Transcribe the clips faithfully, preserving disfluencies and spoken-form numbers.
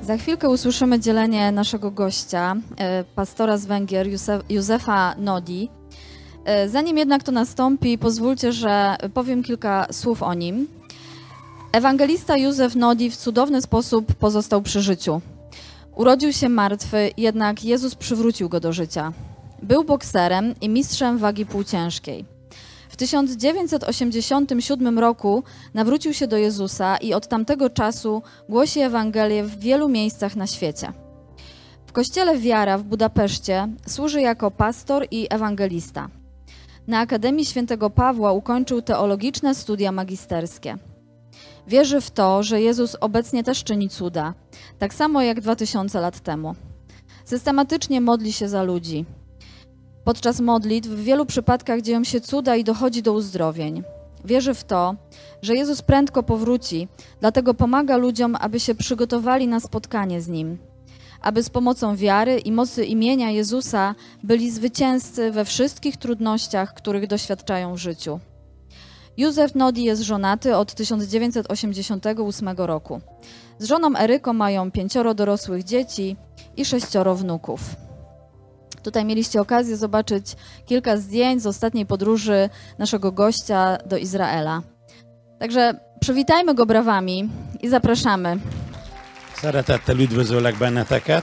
Za chwilkę usłyszymy dzielenie naszego gościa, pastora z Węgier, Józefa Nodi. Zanim jednak to nastąpi, pozwólcie, że powiem kilka słów o nim. Ewangelista Józef Nodi w cudowny sposób pozostał przy życiu. Urodził się martwy, jednak Jezus przywrócił go do życia. Był bokserem i mistrzem wagi półciężkiej. W tysiąc dziewięćset osiemdziesiątym siódmym roku nawrócił się do Jezusa i od tamtego czasu głosi Ewangelię w wielu miejscach na świecie. W kościele Wiara w Budapeszcie służy jako pastor i ewangelista. Na Akademii Świętego Pawła ukończył teologiczne studia magisterskie. Wierzy w to, że Jezus obecnie też czyni cuda, tak samo jak dwa tysiące lat temu. Systematycznie modli się za ludzi. Podczas modlitw w wielu przypadkach dzieją się cuda i dochodzi do uzdrowień. Wierzy w to, że Jezus prędko powróci, dlatego pomaga ludziom, aby się przygotowali na spotkanie z Nim, aby z pomocą wiary i mocy imienia Jezusa byli zwycięzcy we wszystkich trudnościach, których doświadczają w życiu. Józef Nodi jest żonaty od tysiąc dziewięćset osiemdziesiątego ósmego roku. Z żoną Eryką mają pięcioro dorosłych dzieci i sześcioro wnuków. Tutaj mieliście okazję zobaczyć kilka zdjęć z ostatniej podróży naszego gościa do Izraela. Także przywitajmy go brawami i zapraszamy. Szeretettel üdvözöllek benneteket.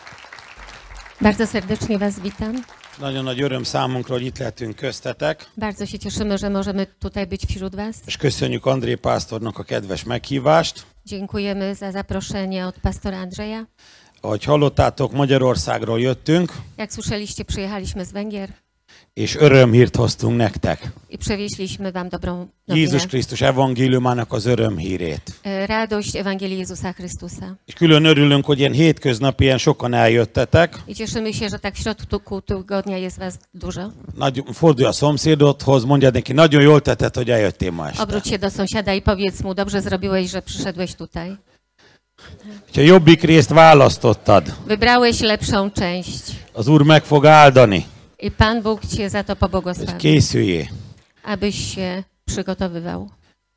Bardzo serdecznie Was witam. Nagyon nagy öröm számunkra, hogy itt lehetünk köztetek. Bardzo się cieszymy, że możemy tutaj być wśród Was. És köszönjük André pásztornak a kedves meghívást. Dziękujemy za zaproszenie od pastora Andrzeja. Ahogy hallottátok, Magyarországról jöttünk, Jak słyszeliście, przyjechaliśmy z Węgier és örömhírt hoztunk nektek. i przewieźliśmy Wam dobrą nowinę. Jézus Krisztus evangéliumának az örömhírét. Radość Ewangelii Jezusa Chrystusa. És külön örülünk, hogy ilyen hétköznap ilyen sokan eljöttetek. I cieszymy się, że tak w środku tygodnia jest Was dużo. Nagy, fordulj a szomszédodhoz, mondjad neki, nagyon jól tetted, hogy eljöttél ma este. Obróć się do sąsiada i powiedz mu, dobrze zrobiłeś, że przyszedłeś tutaj. Ha jobbik részt választottad, Wybrałeś lepszą część az Úr meg fog áldani. i Pan Bóg Cię za to És pobłogosławi, készüljél. abyś się przygotowywał.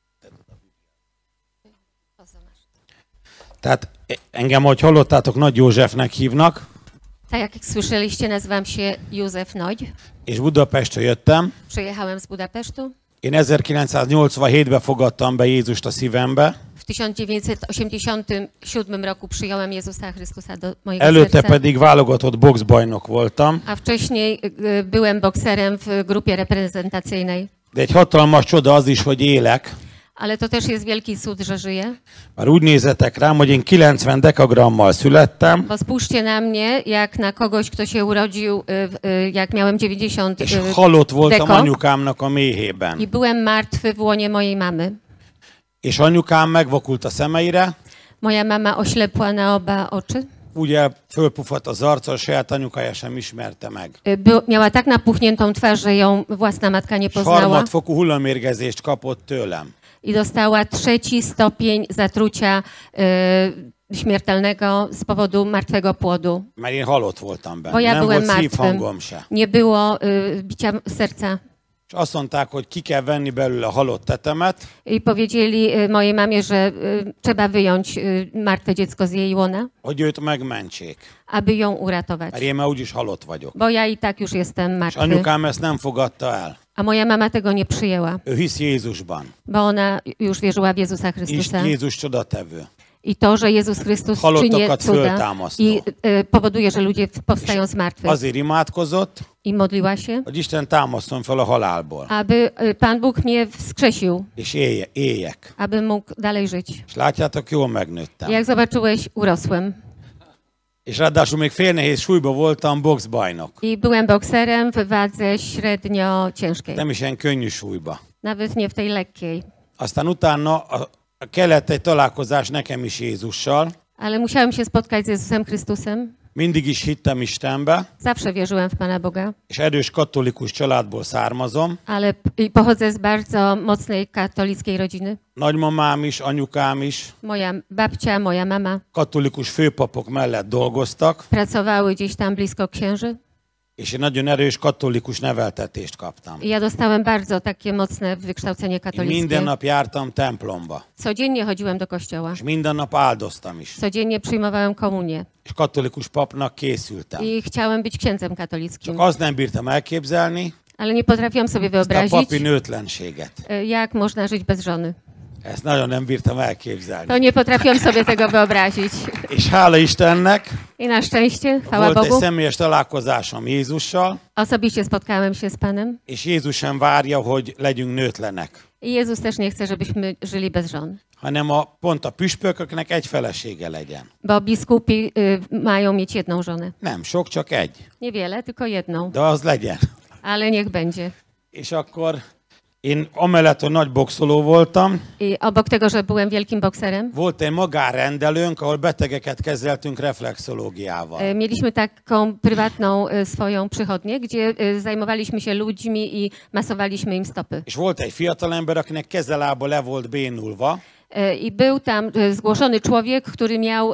Tehát engem, ahogy hallottátok, Nagy Józsefnek hívnak, Tak jak słyszeliście, nazywam się Józef Nodź. és Budapestre jöttem. Przyjechałem z Budapesztu. Én ezerkilencszáznyolcvanhétben fogadtam be Jézust a szívembe. W tysiąc dziewięćset osiemdziesiątym siódmym roku przyjąłem Jezusa Chrystusa do mojego Előtte serca, pedig válogatott boxbajnok voltam. a wcześniej y, byłem bokserem w grupie reprezentacyjnej. De egy hatalmas csoda az is, hogy élek. Ale to też jest wielki cud, że żyję, Már úgy nézzetek rám, hogy én kilencven dekagrammal születtem, bo spójrzcie na mnie, jak na kogoś, kto się urodził, y, y, jak miałem dziewięćdziesiąt és y, halott voltam deko anyukámnak a méhében. i byłem martwy w łonie mojej mamy. És anyukám megvakult a szemeire, Moja mama oślepła na oba oczy. ugye fölpufadt az arca, a saját anyukája sem ismerte meg. Y, By, miała tak napuchniętą twarz, że ją własna matka nie És poznała. harmadfokú hullamérgezést kapott tőlem. I dostała trzeci stopień zatrucia y, śmiertelnego z powodu martwego płodu. Mert én halott voltam benne. Bo ja Nem byłem volt martwym. szívhangom se. Nie było y, bicia serca. És azt mondták, hogy ki kell venni belőle a halott tetemet, I powiedzieli y, mojej mamie, że y, trzeba wyjąć y, martwe dziecko z jej łona, hogy őt megmentsék. aby ją uratować. Mert én már úgyis halott vagyok. Bo ja i tak już jestem És martwy. anyukám ezt nem fogadta el. A moja mama tego nie przyjęła, Ő hisz Jézusban. bo ona już wierzyła w Jezusa És Chrystusa. Jézus csodatevő. I to, że Jezus Chrystus czyni Halottakat cuda föltámasztó. i y, powoduje, że ludzie powstają z martwych. Azért imádkozott, I modliła się, hogy Isten támaszton fel a halálból. aby y, Pan Bóg mnie wskrzesił, És élje, éljek. aby mógł dalej żyć. És látjátok, jól megnőttem. Jak zobaczyłeś, urosłem. És ráadásul még félnehéz súlyban voltam boxbajnok. I byłem bokserem w wadze średnio ciężkiej. Nem is ilyen könnyű súlyba. Nawet nie w tej lekkiej. Aztán utána a, a kellett egy találkozás nekem is Jézussal. Ale musiałem się spotkać z Jezusem Chrystusem. Mindig is hittem Istenbe, Zawsze wierzyłem w Pana Boga, és erős katolikus családból származom. ale p- i pochodzę z bardzo mocnej katolickiej rodziny. Nagymamám is, anyukám is Moja babcia, moja mama katolikus főpapok mellett dolgoztak, pracowały gdzieś tam blisko księży. És egy nagyon erős katolikus neveltetést kaptam. I ja dostałem bardzo takie mocne wykształcenie Én katolickie. minden nap jártam templomba, Codziennie chodziłem do kościoła. és minden nap áldoztam is. Codziennie przyjmowałem komunię. És katolikus papnak készültem. I chciałem być księdzem katolickim. Csak azt nem bírtam elképzelni, Ale nie potrafiłam sobie ezt a wyobrazić, papi nőtlenséget. e, jak można żyć bez żony. Ezt nagyon nem bírtam elképzelni. To nie potrafiłam sobie tego wyobrazić. És hála Istennek, I na szczęście, chwała volt egy Bogu, személyes találkozásom Jézussal, osobiście spotkałem się z Panem. és Jézus sem várja, hogy legyünk nőtlenek, I Jezus też nie chce, żebyśmy żyli bez żon. hanem a, pont a püspököknek egy felesége legyen. Bo biskupi y, mają mieć jedną żonę. Nem sok, csak egy. Niewiele, tylko jedną. De az legyen. Ale niech będzie. És akkor én amellett, hogy nagy boxoló voltam, I obok tego, że byłem wielkim bokserem, volt egy magárendelőnk, ahol betegeket kezeltünk reflexológiával. y, mieliśmy taką prywatną y, swoją przychodnię, gdzie y, zajmowaliśmy się ludźmi i masowaliśmy im stopy. És volt egy fiatalember, akinek kezelába le volt bénulva, Y, I był tam y, zgłoszony człowiek, który miał y,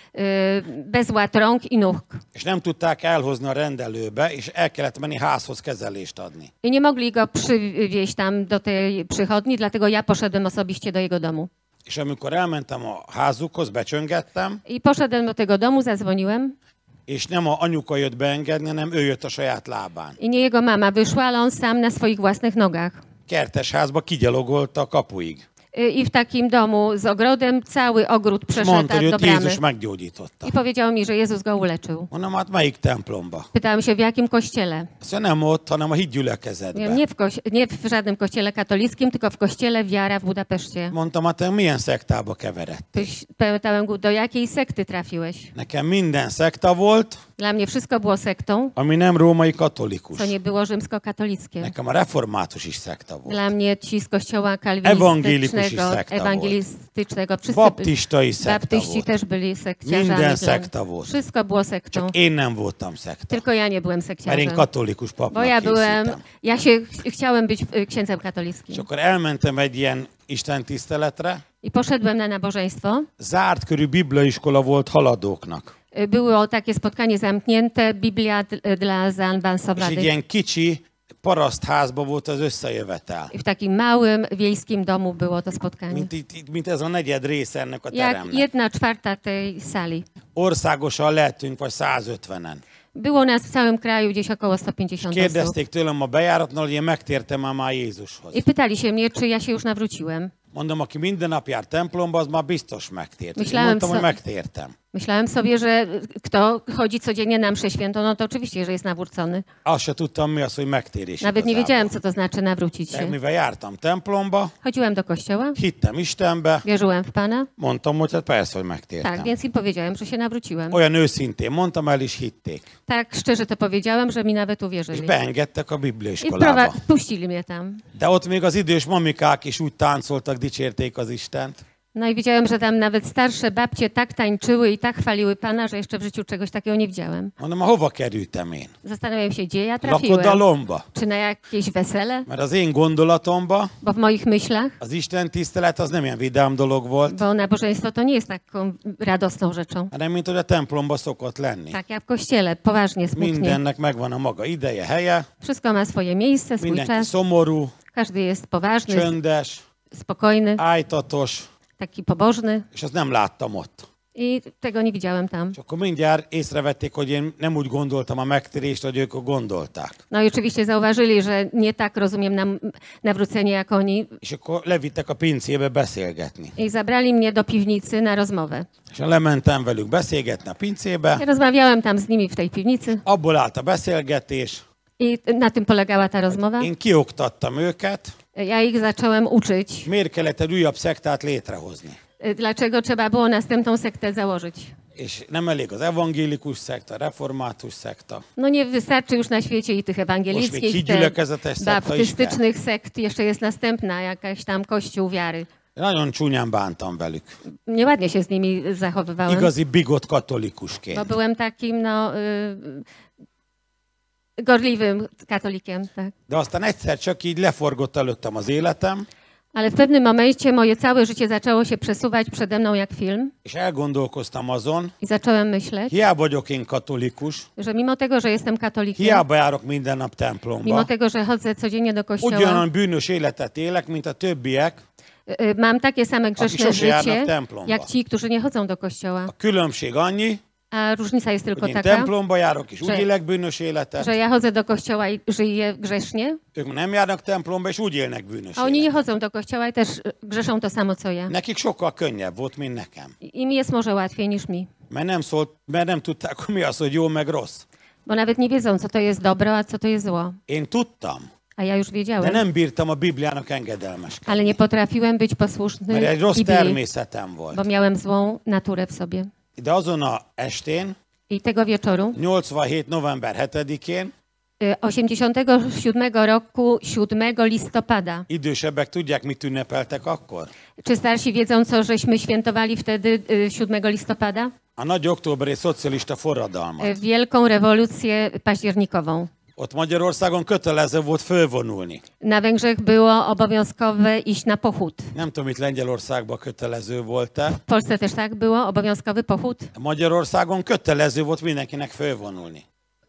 y, bezład rąk i nóg. és nem tudták elhozni a rendelőbe, és el kellett menni házhoz kezelést adni. I nie mogli go przywieźć tam do tej przychodni, dlatego ja poszedłem osobiście do jego domu. És amikor elmentem a házukhoz, becsöngettem, I poszedłem do tego domu, zadzwoniłem és nem a anyuka jött beengedni, hanem ő jött a saját lábán. i nie jego mama wyszła, ale on sam na swoich własnych nogach. Kertes házba kigyalogolt a kapuig. Y, I w takim domu z ogrodem cały ogród És przeszedł mondta, hogy do őt bramy. Jézus meggyógyította. I powiedział mi, że Jezus go uleczył. Mondom, hát melyik templomba? Pytałem się, w jakim kościele. Azt mondja, nem ott, hanem a Mówię, hitgyülekezetben. Nie w, koś- nie w żadnym kościele katolickim, tylko w kościele Wiara w Budapeszcie. Mondtam, hát te milyen szektába keveredtél? Pyś- Pytałem go, do jakiej sekty trafiłeś? Nekem minden szekta volt, Dla mnie wszystko było sektą, ami nem római katolikus. co nie było rzymskokatolickie. Nekem a református is szekta volt. Dla mnie ci z kościoła Ewangelikus kalwinistycznego, i sekta ewangelistycznego, wszyscy Baptista is szekta baptyści volt. też byli sekciarzami. Minden dla szekta mnie. volt. Wszystko było sektą. Csak én nem voltam szekta. Tylko ja nie byłem Mert én sekciarzem. katolikus Bo papnak ja byłem, készültem. ja się ch- chciałem być y, księdzem És katolickim. akkor elmentem egy ilyen istentiszteletre. I poszedłem na nabożeństwo. Zárt körű biblaiskola volt haladóknak. Y, Było takie spotkanie zamknięte, Biblia d- dla És egy zaawansowanych. ilyen kicsi parasztházba volt az összejövetel. I w takim małym wiejskim domu było to spotkanie. Mint, itt, itt- mint ez a negyed része ennek a Jak teremnek. jedna czwarta tej sali. Országosan lehetünk vagy százötvenen. Było nas w całym kraju gdzieś około sto pięćdziesiąt osób. Kérdezték tőlem a bejáratnál, hogy én megtértem már már Jézushoz. I pytali się mnie, czy ja się już nawróciłem. Mondom, aki minden nap jár templomba, az már biztos megtért. És én Myślałem, mondtam, hogy co- megtértem. Myślałem sobie, że kto chodzi codziennie na mszę świętą, no to oczywiście, że jest nawrócony. Azt se tudtam, mi az, hogy megtérés. Nawet nie igazából. wiedziałem, co to znaczy nawrócić De się. mivel jártam templomba, Chodziłem do kościoła, hittem Istenbe, wierzyłem w Pana. mondtam, hogy hát persze, hogy megtértem. Tak, więc im powiedziałem, że się nawróciłem. Olyan őszintén mondtam, el is hitték. Tak szczerze to powiedziałem, że mi nawet És uwierzyli. beengedtek a I bibliaiskolába. wprowa- wpuścili mnie tam. De ott még az idős mamikák is úgy táncoltak, dicsérték az Istent. No i widziałem, że tam nawet starsze babcie tak tańczyły i tak chwaliły Pana, że jeszcze w życiu czegoś takiego nie widziałem. Mondom, hova kerültem én? Zastanawiałem się, gdzie ja trafiłem. Lakodalomba. Czy na jakieś wesele? Mert az én gondolatomba Bo w moich myślach, az Isten tisztelet az nem ilyen vidám dolog volt, bo nabożeństwo to nie jest taką radosną rzeczą. hanem mint hogy a templomba szokott lenni. Tak jak w kościele, poważnie, smutnie. Mindennek megvan a maga ideje, helye, Wszystko ma swoje miejsce, swój mindenki czas. szomorú, Każdy jest poważny, csöndes, spokojny, ájtatos, taki pobożny. és azt nem láttam ott. I tego nie widziałem tam. És akkor mindjárt észrevették, hogy én nem úgy gondoltam a megtérést, hogy ők gondolták. No i oczywiście zauważyli, że nie tak rozumiem nam, nawrócenie jak oni És akkor levittek a pincébe beszélgetni. i zabrali mnie do piwnicy na rozmowę. És lementem velük beszélgetni a pincébe, Ja rozmawiałem tam z nimi w tej piwnicy abból állt a beszélgetés, i na tym polegała ta rozmowa. én kioktattam őket, Ja ich zacząłem uczyć, miért kellett egy újabb szektát létrehozni. dlaczego trzeba było następną sektę założyć. És nem elég az evangélikus szekta, református szekta. No nie wystarczy już na świecie i tych Most még ewangelickich, te hitgyülekezetes szekta is kell. baptystycznych sekt, jeszcze jest następna jakaś tam kościół wiary. Nagyon csúnyán bántam velük. Nieładnie się z nimi zachowywałem, Igazi bigott katolikusként. bo byłem takim, no, y, gorliwym katolikiem, tak. De aztán egyszer csak így leforgott előttem az életem, Ale w pewnym momencie moje całe życie zaczęło się przesuwać przede mną jak film És elgondolkoztam azon, i zacząłem myśleć, hiába vagyok én katolikus, że mimo tego, że jestem katolikiem, hiába járok minden nap mimo templomba, tego, że chodzę codziennie do kościoła, ugyanolyan bűnös életet élek, mint a többiek, y, y, mam takie same grzeszne sose járnak życie, templomba. jak ci, którzy nie chodzą do kościoła. A különbség annyi, A różnica jest tylko hogy én taka, templomba járok, és úgy że- élek bűnös életet, że ja chodzę do kościoła i żyję grzecznie, ők nem járnak templomba, és úgy élnek bűnös a oni nie életet. chodzą do kościoła i też y, grzeszą to samo, co ja. Nekik sokkal könnyebb volt, mint nekem. I- Im jest może łatwiej niż mi, Mert nem, szólt, mert nem tudták, hogy mi az, hogy jó meg rossz. bo nawet nie wiedzą, co to jest dobro, a co to jest zło. Én tudtam, A ja już de wiedziałem, nem bírtam a Bibliának engedelmeskedni. ale nie potrafiłem być posłuszny Mert egy rossz Biblii, természetem volt. bo miałem złą naturę w sobie. De azon a estén, I tego wieczoru, nyolcvanhét november hetedikén, y, osiemdziesiątego siódmego roku, siódmego listopada. idősebbek tudják, mit ünnepeltek akkor? Czy starsi wiedzą, co żeśmy świętowali wtedy y, siódmego listopada? A nagy októberi szocialista Y, forradalmat. Wielką rewolucję październikową. Ott Magyarországon kötelező volt fölvonulni. Na Węgrzech było obowiązkowe iść na pochód. Nem tudom, itt Lengyelországban kötelező volt-e. W Polsce też tak było, obowiązkowy pochód. Magyarországon kötelező volt mindenkinek fölvonulni.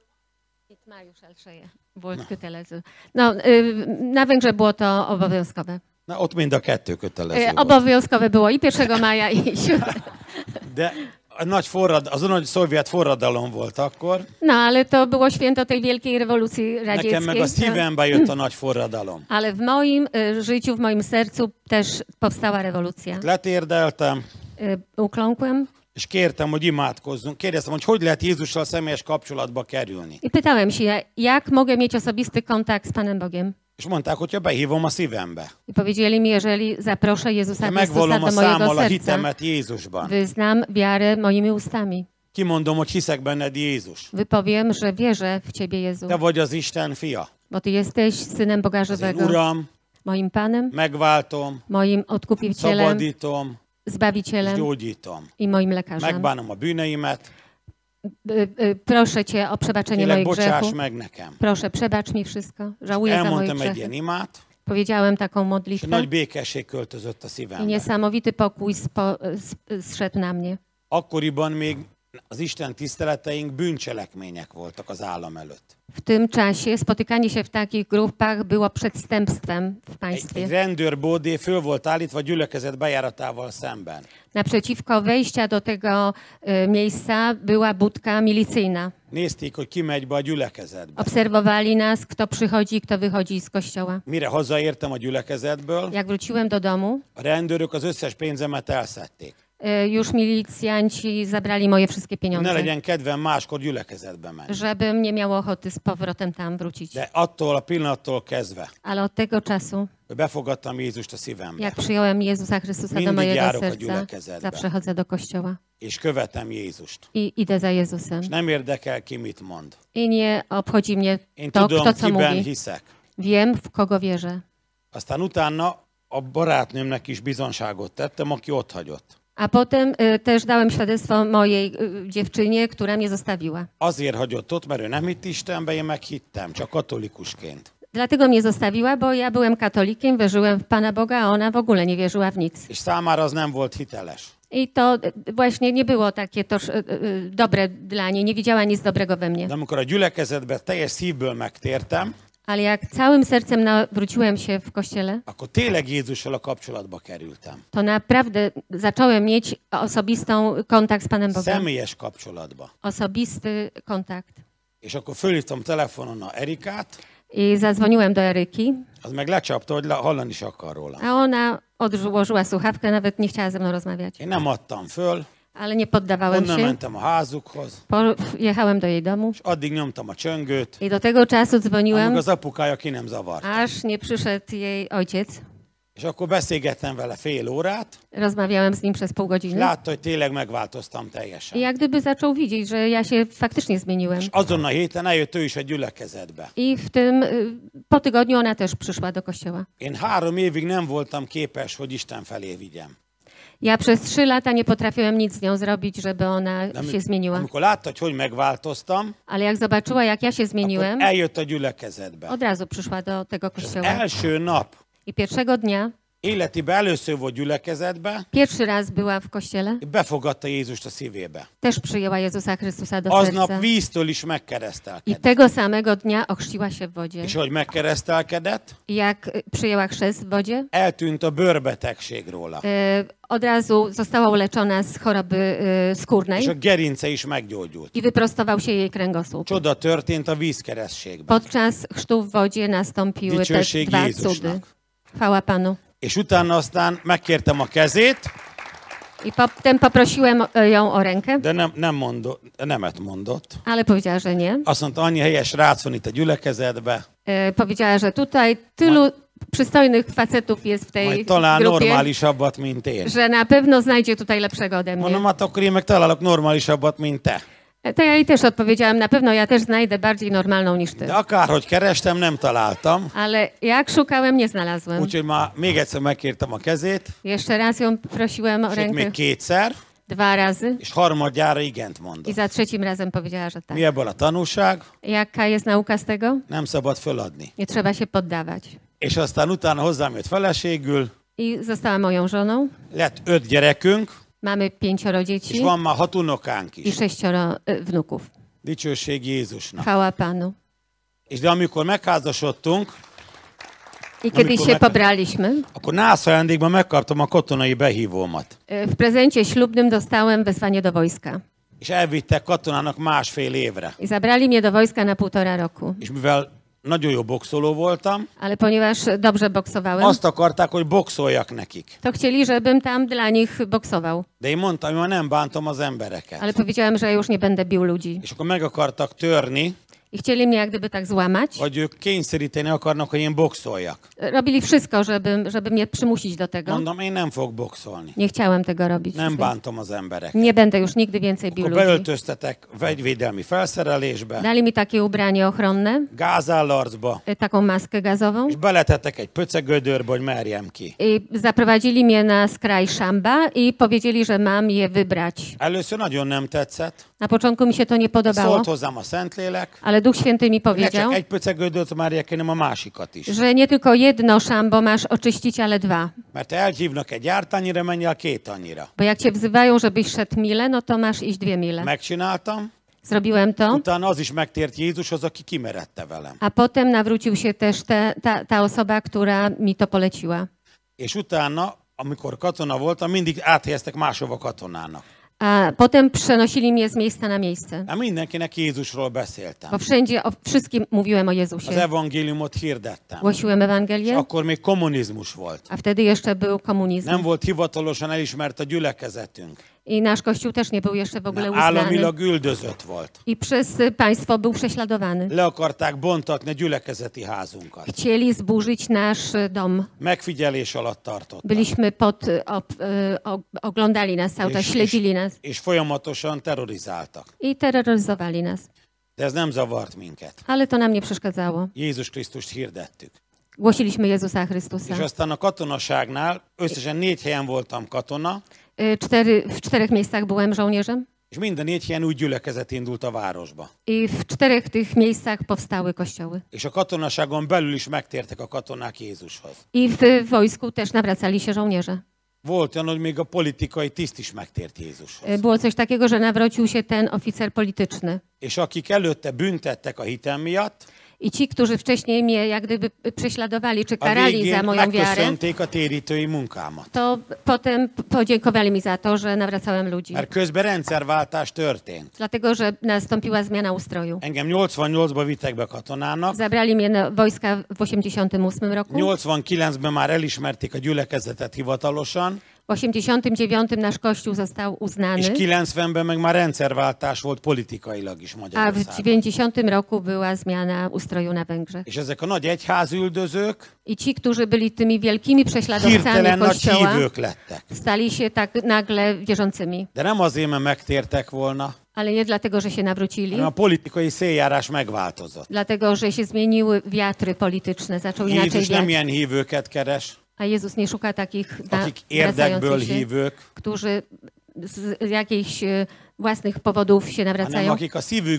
Itt május elsője volt kötelező. No, y, na Węgrzech było to obowiązkowe. Na, ott mind a kettő kötelező Y, volt. Obowiązkowe było i pierwszego maja, i siódmego. De a nagy forrad, az a nagy szovjet forradalom volt akkor. No, ale to było święto tej wielkiej rewolucji Nekem meg a radzieckiej. szívembe jött a nagy forradalom. Ale w moim y, życiu, w moim sercu też powstała rewolucja. Letérdeltem, Y, Ukląkłem és kértem, hogy imádkozzunk. Kérdeztem, hogy hogy lehet Jézussal személyes kapcsolatba kerülni. i pytałem się, ja- jak mogę mieć osobisty kontakt z Panem Bogiem. És mondták, hogyha behívom a szívembe. I powiedzieli mi, jeżeli zaproszę Jezusa Ha Chrystusa megvallom a do mojego számmal a serca, hitemet Jézusban. wyznam wiarę moimi ustami. Kimondom, hogy hiszek benned Jézus. Wypowiem, że wierzę w Ciebie, Jezu, Te vagy az Isten fia. bo Ty jesteś Synem Boga Az én żywego, Uram, moim Panem, megváltom, moim Odkupicielem, szabadítom, és Zbawicielem gyógyítom. i moim lekarzem. Megbánom a bűneimet, Y, y, Proszę Cię o przebaczenie kérlek, moich bocsáss grzechów. meg nekem. Proszę, przebacz mi wszystko. Żałuję za moje Elmondtam egy grzechy. ilyen imát, Powiedziałem taką és modlitwę nagy békesség költözött a i szívembe. niesamowity pokój spo, s- zszedł na mnie. Akkoriban még az Isten tiszteleteink bűncselekmények voltak az állam előtt. W tym czasie spotykanie się w takich grupach było przestępstwem w Egy, państwie. egy rendőrbódé föl volt állítva a gyülekezet bejáratával szemben. Naprzeciwko wejścia do tego y, miejsca była budka milicyjna. Nézték, hogy ki megy be a gyülekezetbe. Obserwowali nas, kto przychodzi i kto wychodzi z kościoła. Mire hazaértem a gyülekezetből, Jak wróciłem do domu, a rendőrök az összes pénzemet elszedték. y, już milicjanci zabrali moje wszystkie Ne pieniądze, legyen kedvem máskor gyülekezetbe menni. żebym nie miał ochoty z powrotem tam wrócić. De attól a pillanattól kezdve, Ale od tego czasu, hogy befogadtam Jézust a szívembe, jak przyjąłem Jezusa Chrystusa do Mindig mojego járok a serca, gyülekezetbe. zawsze chodzę do kościoła és követem Jézust. i idę za Jezusem. És nem érdekel ki, mit mond. I nie obchodzi mnie Én to, tudom, kto co kiben mówi. hiszek. Wiem, w kogo wierzę. Aztán utána a barátnőmnek is bizonságot tettem, aki ott hagyott. A potem y, też dałem świadectwo mojej y, dziewczynie, która mnie zostawiła. Azért hagyott ott, mert ő nem hitt Istenbe, én meg hittem, csak katolikusként. Dlatego mnie zostawiła, bo ja byłem katolikiem, wierzyłem w Pana Boga, a ona w ogóle nie wierzyła w nic. És számára az nem volt hiteles. I to y, właśnie nie było takie toż, y, y, dobre dla niej, nie widziała nic dobrego we mnie. De amikor a gyülekezetbe teljes szívből megtértem, Ale jak całym sercem nawróciłem się w kościele, akkor tényleg Jézussal a kapcsolatba kerültem. to naprawdę zacząłem mieć osobistą kontakt z Panem Bogiem. Személyes kapcsolatba. Osobisty kontakt. És akkor fölhívtam telefonon a Erikát, I zadzwoniłem do Eryki, az meg lecsapta, hogy le- hallani is akar róla. a ona odłożyła słuchawkę, nawet nie chciała ze mną rozmawiać. Én nem adtam föl, Ale nie poddawałem onnan się. mentem a házukhoz, Pojechałem do jej domu és addig nyomtam a csöngőt, i do tego czasu amíg dzwoniłem, az apukája ki nem zavart. aż nie przyszedł jej ojciec. És akkor beszélgettem vele fél órát, Rozmawiałem z nim przez pół és godziny. látta, hogy tényleg megváltoztam teljesen. I jak gdyby zaczął widzieć, że ja się faktycznie zmieniłem. És azon a héten eljött ő is a gyülekezetbe. I w tym, y, po tygodniu ona też przyszła do kościoła. Én három évig nem voltam képes, hogy Isten felé vigyem. Ja przez trzy lata nie potrafiłem nic z nią zrobić, żeby ona De ami- się zmieniła. amikor látta, hogy hogy megváltoztam, Ale jak zobaczyła, jak ja się akkor zmieniłem, eljött a gyülekezetbe. od razu przyszła do tego És az kościoła. első nap, I pierwszego dnia, Életében először volt gyülekezetbe, Pierwszy raz była w kościele, befogadta Jézust a szívébe. też przyjęła Jezusa Chrystusa do Aznap serca. víztől is I megkeresztelkedett. tego samego dnia ochrzciła się w wodzie. És ahogy megkeresztelkedett, I jak y, przyjęła chrzest w wodzie, eltűnt a bőrbetegség róla. e, od razu została uleczona z choroby e, skórnej És a gerince is meggyógyult. i wyprostował się jej kręgosłup. Csoda történt a vízkeresztségben. Podczas chrztu w wodzie nastąpiły te Dicsőség dwa Jézusnak. cudy. Chwała Panu. És utána aztán megkértem a kezét, I potem poprosiłem e, ją o rękę, de nem, nem mondott, nemet mondott. ale powiedziała, że nie. Azt mondta, annyi helyes rác van itt a gyülekezetbe, E, powiedziała, że tutaj tylu przystojnych facetów jest w tej majd talál grupie, normálisabbat, mint én. że na pewno znajdzie tutaj lepszego ode mnie. Mondom, hát akkor én meg találok normálisabbat, mint te. E, To ja jej też odpowiedziałam, na pewno ja też znajdę bardziej normalną niż ty. De akárhogy kerestem, nem találtam. Ale jak szukałem, nie znalazłem. Úgyhogy már még egyszer megkértem a kezét, Jeszcze raz ją prosiłem o és ott rękę, még kétszer, dwa razy és harmadjára igent i mondott. za trzecim razem powiedziała, że tak. Mi ebből a tanúság? Jaka jest nauka z tego? Nem szabad föladni. Nie trzeba się poddawać. És aztán utána hozzám jött feleségül, I została moją żoną. lett öt gyerekünk, Mamy pięcioro és dzieci van már hat unokánk i is. sześcioro y, wnuków. Dicsőség Jézusnak. Chwała Panu. És de amikor megházasodtunk, I kiedy Amikor się meg- pobraliśmy, akkor nász ajándékban megkaptam a katonai behívómat. y, w prezencie ślubnym dostałem wezwanie do wojska. És elvittek katonának másfél évre. I zabrali mnie do wojska na półtora roku. És mivel nagyon jó boxoló voltam, Ale ponieważ dobrze boksowałem, azt akarták, hogy boxoljak nekik. to chcieli, żebym tam dla nich boksował. De én mondtam, hogy már nem bántom az embereket. Ale powiedziałem, że już nie będę bił ludzi. És akkor meg akartak törni, I chcieli mnie jak gdyby tak złamać. hogy ők kényszeríteni akarnak, hogy én boxoljak. Robili wszystko, żeby, żeby mnie przymusić do tego. Mondom, én nem fogok boxolni. Nie chciałem tego robić. Nem bántom az embereket. Nie będę już nigdy więcej bił Akkor ludzi. beöltöztetek vegyvédelmi felszerelésbe, Dali mi takie ubranie ochronne, gázállarcba, y, taką maskę gazową és beletettek egy pöcegödörbe, hogy merjem ki. i zaprowadzili mnie na skraj szamba i powiedzieli, że mam je wybrać. Először nagyon nem tetszett. Na początku mi się to nie podobało, Szólt hozzám a Szentlélek, ale Duch Święty mi ne csak powiedział, egy pöcegödört merjek ki, hanem a másikat is. że nie tylko jedno szambo masz oczyścić, ale dwa. Mert elhívnak egy jártányira, menj el két annyira. Bo jak cię wzywają, żebyś szedł milę, no to masz iść dwie mile. Megcsináltam, Zrobiłem to, utána az is megtért Jézushoz, aki kimerette velem. a potem nawrócił się też te, ta, ta osoba, która mi to poleciła. És utána, amikor katona voltam, mindig áthelyeztek máshova katonának. A potem przenosili mnie z miejsca na miejsce, Hát mindenkinek Jézusról beszéltem. bo wszędzie o wszystkim mówiłem o Az Jezusie. evangéliumot hirdettem. Głosiłem És Ewangelię, akkor még kommunizmus volt. a wtedy jeszcze był komunizm. Nem volt hivatalosan elismert a gyülekezetünk. I nasz kościół też nie był jeszcze w ogóle Nem, uznany. államilag üldözött volt. I przez y, państwo był prześladowany. Le akarták bontatni a gyülekezeti házunkat. Chcieli zburzyć nasz y, dom. Megfigyelés alatt tartottak. Byliśmy pod, y, ob, y, o, oglądali nas cały czas, És, és, śledzili nas és folyamatosan terrorizáltak. i terroryzowali nas. De ez nem zavart minket. Ale to nam nie przeszkadzało. Jézus Krisztust hirdettük. Głosiliśmy Jezusa Chrystusa. És aztán a katonaságnál összesen négy helyen voltam katona, Y, Cztery, w czterech miejscach byłem żołnierzem és minden négy helyen új gyülekezet indult a városba. i w czterech tych miejscach powstały kościoły. És a katonaságon belül is megtértek a katonák Jézushoz. I w wojsku też nawracali się żołnierze. Volt olyan, hogy még a politikai tiszt is megtért Jézushoz. Y, Było coś takiego, że nawrócił się ten oficer polityczny. És akik előtte büntettek a hitem miatt, I ci, którzy wcześniej mnie jak gdyby prześladowali czy a karali za végén moją wiarę, megköszönték a térítői munkámat. to potem p- podziękowali mi za to, że nawracałem ludzi. Mert közben rendszerváltás történt. Dlatego, że nastąpiła zmiana ustroju. Engem nyolcvannyolcban vittek be katonának, Zabrali mnie do wojska w osiemdziesiątym ósmym roku. nyolcvankilencben már elismerték a gyülekezetet hivatalosan, W osiemdziesiątym dziewiątym nasz kościół został uznany, és kilencvenben meg már rendszerváltás volt politikailag is a w Magyarországon. dziewięćdziesiątym roku była zmiana ustroju na Węgrzech. És ezek a nagy egyházüldözők I ci, którzy byli tymi wielkimi prześladowcami hirtelen nagy kościoła, hívők lettek. stali się tak nagle wierzącymi. De nem azért, mert megtértek volna, Ale nie dlatego, że się nawrócili, hanem a politikai széljárás megváltozott. dlatego, że się zmieniły wiatry polityczne, zaczął inaczej Jézus nem wiać. ilyen hívőket keres, A Jezus nie szuka takich na- akik érdekből nawracających się, hívők, którzy z jakichś e, własnych powodów się hanem nawracają, akik a szívükből hisznek.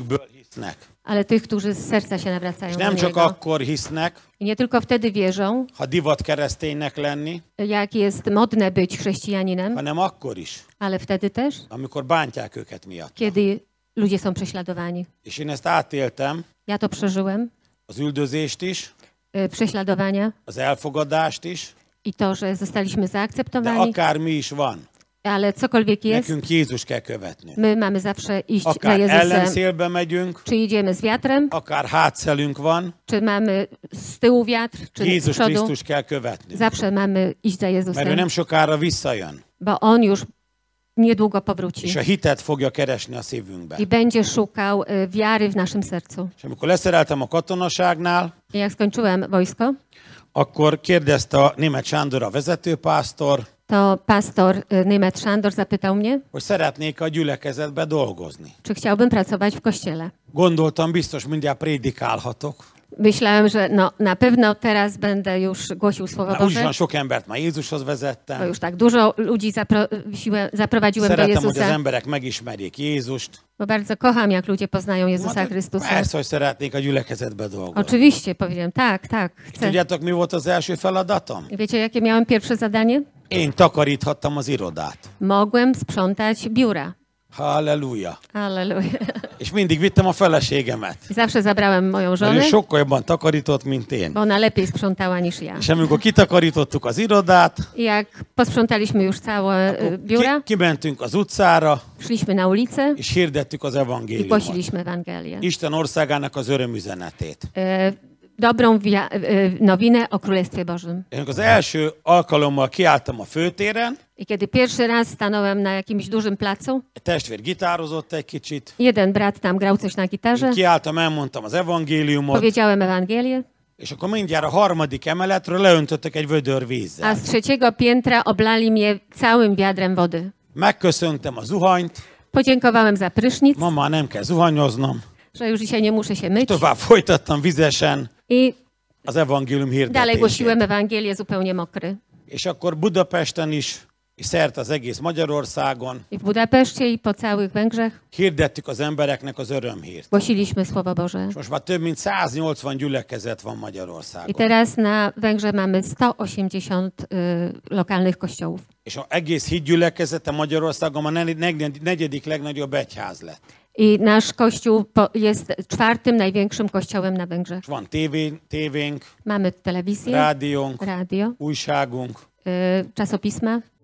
hisznek. ale tych, którzy z serca się nawracają És do nem csak Niego. akkor hisznek, I nie tylko wtedy wierzą, ha divat kereszténynek lenni, jak jest modne być chrześcijaninem, hanem akkor is, ale wtedy też, amikor bántják őket miatt. kiedy ludzie są prześladowani. És én ezt átéltem, Ja to przeżyłem, az üldözést is, y, prześladowania az elfogadást is, i to, że zostaliśmy de zaakceptowani, akármi is van, ale cokolwiek jest, nekünk Jézus kell követnünk. my mamy zawsze iść za Akár Jezusem. ellenszélbe megyünk, Czy idziemy z wiatrem, akár hátszelünk van, czy mamy z tyłu wiatr, czy z Jézus przodu, Krisztus kell követnünk. zawsze mamy iść za Mert ő Jezusem, nem sokára visszajön, bo On już niedługo és powróci a hitet fogja keresni a szívünkben. i będzie szukał y, wiary w naszym sercu. És amikor leszereltem a katonaságnál, I jak skończyłem wojsko, akkor kérdezte a német Sándor, a vezetőpásztor, to pastor y, Nymet Sándor zapytał mnie, hogy szeretnék a gyülekezetbe dolgozni. czy chciałbym pracować w kościele. Gondoltam, biztos mindjárt prédikálhatok. Myślałem, że no, na pewno teraz będę już głosił Słowo Már úgyis Boże, van sok embert már Jézushoz bo vezettem. już tak dużo ludzi zapro, siłę, zaprowadziłem do Szeretem, hogy az Jezusa, emberek megismerjék Jézust. bo bardzo kocham, jak ludzie poznają Jezusa Mondtam, Chrystusa. persze, hogy szeretnék a gyülekezetbe dolgozni. Oczywiście, powiedziałem, tak, tak, chcę. Tudjátok, mi volt az első feladatom? I wiecie, jakie miałem pierwsze zadanie? Én takaríthattam az irodát. Mogłem sprzątać biura. Halleluja. Alleluja. És mindig vittem a feleségemet. I zawsze zabrałem moją Mert ő żonę, sokkal jobban takarított, mint én. bo ona lepiej sprzątała niż ja. És amikor kitakarítottuk az irodát, I jak posprzątaliśmy już całe y, biura, ki, kimentünk az utcára, szliśmy na ulicę és hirdettük az i evangéliumot. głosiliśmy Ewangelię. Isten országának az örömüzenetét. E, dobrą wia- e, nowinę o Królestwie Bożym. És amikor az első alkalommal kiálltam a főtéren, I kiedy pierwszy raz stanąłem na jakimś dużym placu, egy testvér gitározott egy kicsit, jeden brat tam grał coś na gitarze, én kiálltam, elmondtam az evangéliumot, powiedziałem Ewangelię, és akkor mindjárt a harmadik emeletről leöntöttek egy vödör a vízzel. z trzeciego piętra oblali mnie całym wiadrem wody. Megköszöntem a zuhanyt, Podziękowałem za prysznic, ma már nem kell zuhanyoznom, że już dzisiaj nie muszę się myć tovább folytattam vizesen i az evangélium dalej hirdetését. głosiłem Ewangelię zupełnie mokry. És akkor Budapesten is, és szerte az egész Magyarországon I w Budapeszcie i po całych Węgrzech hirdettük az embereknek az örömhírt. głosiliśmy Słowo Boże. És most már több mint száznyolcvan gyülekezet van I Magyarországon. teraz na Węgrzech mamy sto osiemdziesiąt y, lokalnych kościołów. És az egész hídgyülekezete Magyarországon már ne- neg- negyedik legnagyobb egyház lett. I nasz kościół po, jest czwartym największym kościołem na Węgrzech. És van tévé, tévénk, Mamy telewizję, rádiónk, radio, újságunk, y, czasopisma